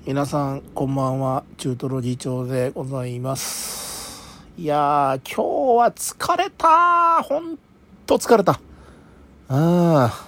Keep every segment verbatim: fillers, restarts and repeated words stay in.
皆さんこんばんは、中トロ議長でございます。いやー、今日は疲れた。ほんと疲れた。ああ、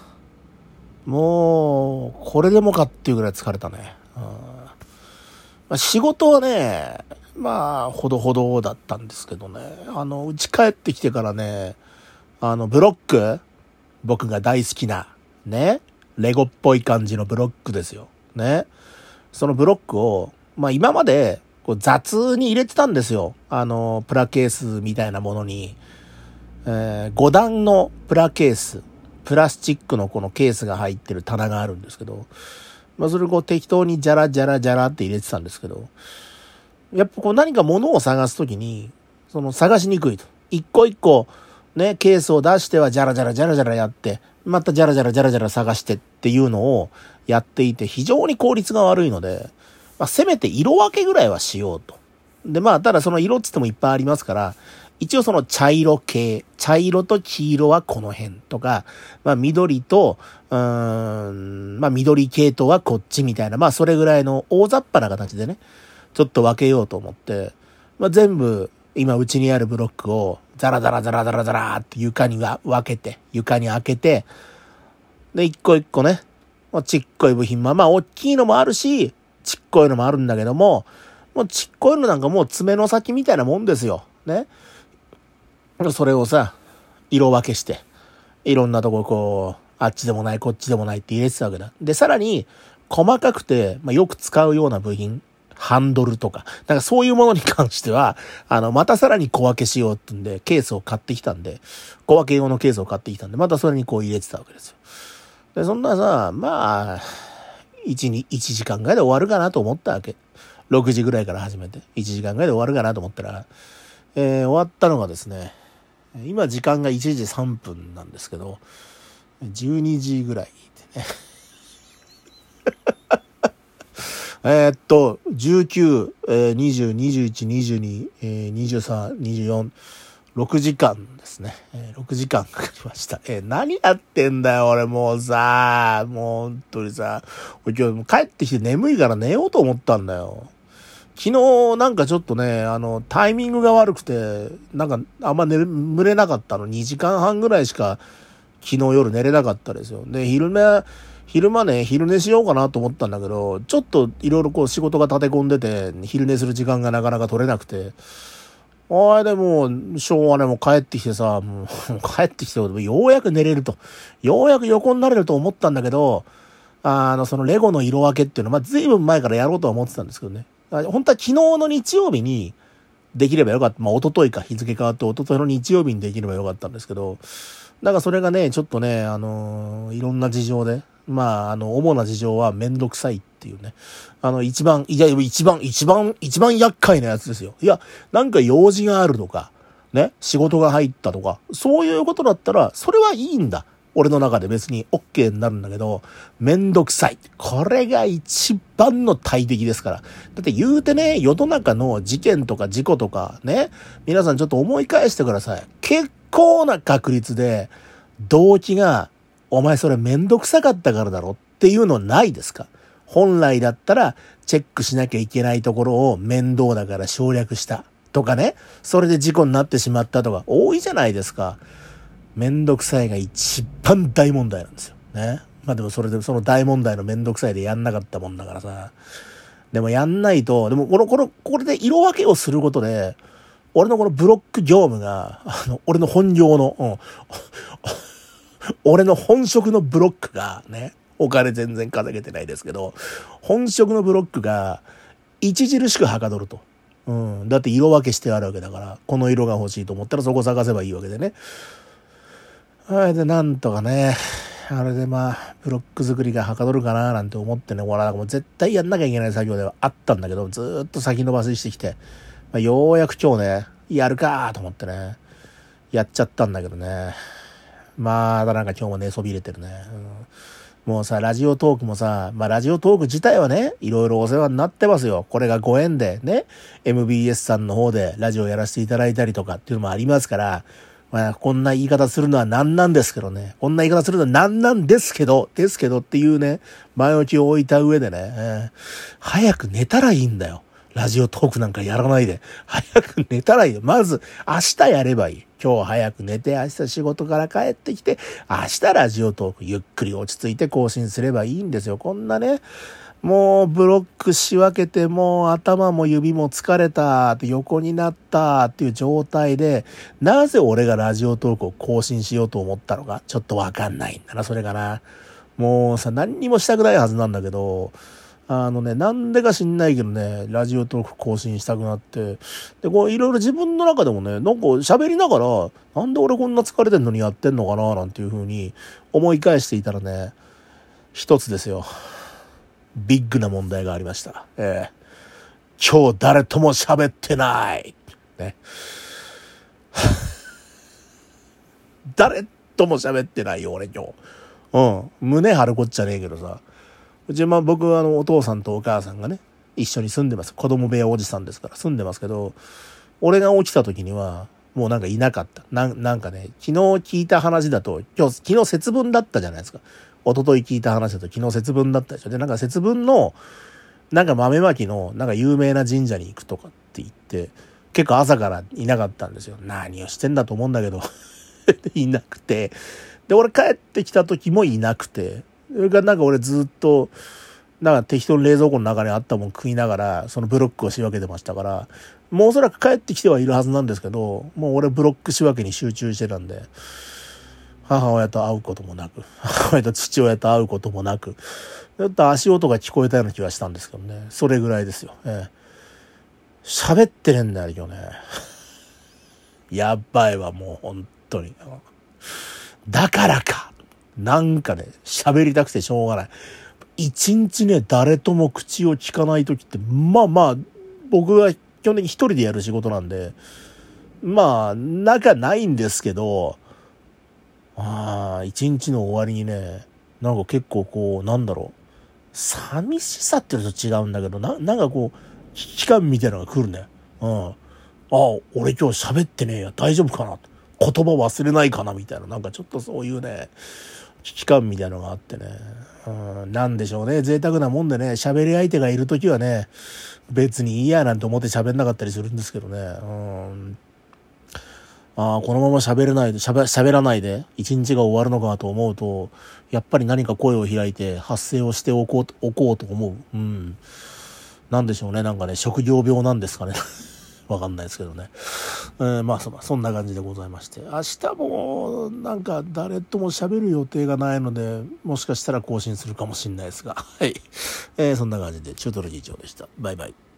もうこれでもかっていうぐらい疲れたね。あ、まあ、仕事はね、まあほどほどだったんですけどね、あの家帰ってきてからね、あのブロック、僕が大好きなね、レゴっぽい感じのブロックですよね。そのブロックを、まあ今までこう雑に入れてたんですよ。あの、プラケースみたいなものに、えー、ご段のプラケース、プラスチックのこのケースが入ってる棚があるんですけど、まあそれをこう適当にジャラジャラジャラって入れてたんですけど、やっぱこう何か物を探すときに、その探しにくいと。一個一個ね、ケースを出してはジャラジャラジャラジャラやって、またジャラジャラジャラジャラ探してっていうのをやっていて非常に効率が悪いので、まあ、せめて色分けぐらいはしようと。で、まあ、ただその色っつってもいっぱいありますから、一応その茶色系、茶色と黄色はこの辺とか、まあ緑と、うーん、まあ緑系統はこっちみたいな、まあそれぐらいの大雑把な形でね、ちょっと分けようと思って、まあ全部今うちにあるブロックをザラザラザラザラザラって床に分けて、床に開けて、で、一個一個ね、まあ、ちっこい部品、まあまあ大きいのもあるし、ちっこいのもあるんだけども、もうちっこいのなんかもう爪の先みたいなもんですよ。ね。それをさ、色分けして、いろんなとここう、あっちでもない、こっちでもないって入れてたわけだ。で、さらに、細かくて、まあ、よく使うような部品、ハンドルとか、なんかそういうものに関しては、あの、またさらに小分けしようってんで、ケースを買ってきたんで、小分け用のケースを買ってきたんで、またそれにこう入れてたわけですよ。で、そんなさ、まあ、いち、に、いちじかんぐらいで終わるかなと思ったわけ。ろくじぐらいから始めて、いちじかんぐらいで終わるかなと思ったら、えー、終わったのがですね、今時間がいちじさんぷんなんですけど、じゅうにじぐらいでね。えっと、じゅうきゅう、にじゅう、にじゅういち、にじゅうに、にじゅうさん、にじゅうよん、ろくじかんですね。ろくじかんかかりました。えー、何やってんだよ、俺もうさ、もう本当にさ、俺今日帰ってきて眠いから寝ようと思ったんだよ。昨日なんかちょっとね、あの、タイミングが悪くて、なんかあんま眠れなかったの。にじかんはんぐらいしか昨日夜寝れなかったですよ。で、昼寝、昼間ね、昼寝しようかなと思ったんだけど、ちょっといろいろこう仕事が立て込んでて、昼寝する時間がなかなか取れなくて、あれでもう、しょうがね、もう帰ってきてさ、もう帰ってきて、ようやく寝れると。ようやく横になれると思ったんだけど、あの、そのレゴの色分けっていうのは、まあ、ずいぶん前からやろうとは思ってたんですけどね。本当は昨日の日曜日にできればよかった。まあ、一昨日か、日付変わって一昨日の日曜日にできればよかったんですけど、だからそれがね、ちょっとね、あのー、いろんな事情で、まあ、あの、主な事情はめんどくさいっていうね。あの、一番、いや、一番、一番、一番厄介なやつですよ。いや、なんか用事があるとか、ね、仕事が入ったとか、そういうことだったら、それはいいんだ。俺の中で別に OK になるんだけど、めんどくさい。これが一番の大敵ですから。だって言うてね、世の中の事件とか事故とかね、皆さんちょっと思い返してください。結構な確率で、動機が、お前それめんどくさかったからだろっていうのないですか？本来だったら、チェックしなきゃいけないところを面倒だから省略した。とかね、それで事故になってしまったとか、多いじゃないですか。めんどくさいが一番大問題なんですよ。ね。まあでもそれでその大問題のめんどくさいでやんなかったもんだからさ。でもやんないと、でもこの、この、これで色分けをすることで、俺のこのブロック業務が、あの、俺の本業の、うん、俺の本職のブロックがね、お金全然稼げてないですけど、本職のブロックが著しくはかどると。うん。だって色分けしてあるわけだから、この色が欲しいと思ったらそこ探せばいいわけでね。あれでなんとかね、あれでまあ、ブロック作りがはかどるかななんて思ってね、俺はもう絶対やんなきゃいけない作業ではあったんだけど、ずーっと先延ばししてきて、まあ、ようやく今日ね、やるかーと思ってね、やっちゃったんだけどね。まあ、だなんか今日も寝そびれてるね。うん、もうさ、ラジオトークもさ、まあラジオトーク自体はね、いろいろお世話になってますよ。これがご縁でね、エムビーエス さんの方でラジオやらせていただいたりとかっていうのもありますから、 まあ、こんな言い方するのはなんなんですけどね。こんな言い方するのはなんなんですけど、ですけどっていうね、前置きを置いた上でね、えー、早く寝たらいいんだよ。ラジオトークなんかやらないで。早く寝たらいいよ。まず、明日やればいい。今日早く寝て、明日仕事から帰ってきて、明日ラジオトークゆっくり落ち着いて更新すればいいんですよ。こんなね、もうブロック仕分けて、もう頭も指も疲れた、横になったっていう状態で、なぜ俺がラジオトークを更新しようと思ったのか、ちょっとわかんないんだな、それがな。もうさ、何にもしたくないはずなんだけど、あのね、なんでか知んないけどね、ラジオトーク更新したくなって、で、こういろいろ自分の中でもね、なんか喋りながら、なんで俺こんな疲れてんのにやってんのかな、なんていう風に思い返していたらね、一つですよ。ビッグな問題がありました。えー、今日誰とも喋ってない。ね。誰とも喋ってないよ、俺今日。うん。胸張るこっちゃねえけどさ。うちまあ僕はあのお父さんとお母さんがね、一緒に住んでます。子供部屋おじさんですから住んでますけど、俺が起きた時には、もうなんかいなかった。な、なんかね、昨日聞いた話だと、今日、昨日節分だったじゃないですか。一昨日聞いた話だと昨日節分だったでしょ。で、なんか節分の、なんか豆まきの、なんか有名な神社に行くとかって言って、結構朝からいなかったんですよ。何をしてんだと思うんだけど。いなくて。で、俺帰ってきた時もいなくて。それからなんか俺ずっと、なんか適当に冷蔵庫の中にあったもん食いながら、そのブロックを仕分けてましたから、もうおそらく帰ってきてはいるはずなんですけど、もう俺ブロック仕分けに集中してたんで、母親と会うこともなく、母親と父親と会うこともなく、ちょっと足音が聞こえたような気がしたんですけどね。それぐらいですよ。ええ、喋ってねえんだよ、今日ね。やばいわ、もう本当に。だからか。なんかね、喋りたくてしょうがない。一日ね、誰とも口を聞かないときって、まあまあ、僕は基本的に一人でやる仕事なんで、まあ、仲ないんですけど、ああ、一日の終わりにね、なんか結構こう、なんだろう、寂しさっていうのと違うんだけど、な、なんかこう、危機感みたいなのが来るね。うん。ああ、俺今日喋ってねえや、大丈夫かな。言葉忘れないかなみたいな、なんかちょっとそういうね、危機感みたいなのがあってね。うん、なんでしょうね。贅沢なもんでね、喋り相手がいるときはね、別にいいやなんて思って喋んなかったりするんですけどね。うん、ああ、このまま喋れないで、喋、喋らないで、一日が終わるのかと思うと、やっぱり何か声を開いて発声をしておこう、おこうと思う。うん。なんでしょうね。なんかね、職業病なんですかね。わかんないですけどね。えー、まあそ、そんな感じでございまして。明日も、なんか誰とも喋る予定がないので、もしかしたら更新するかもしれないですが。はい。えー、そんな感じで、中トロ議長でした。バイバイ。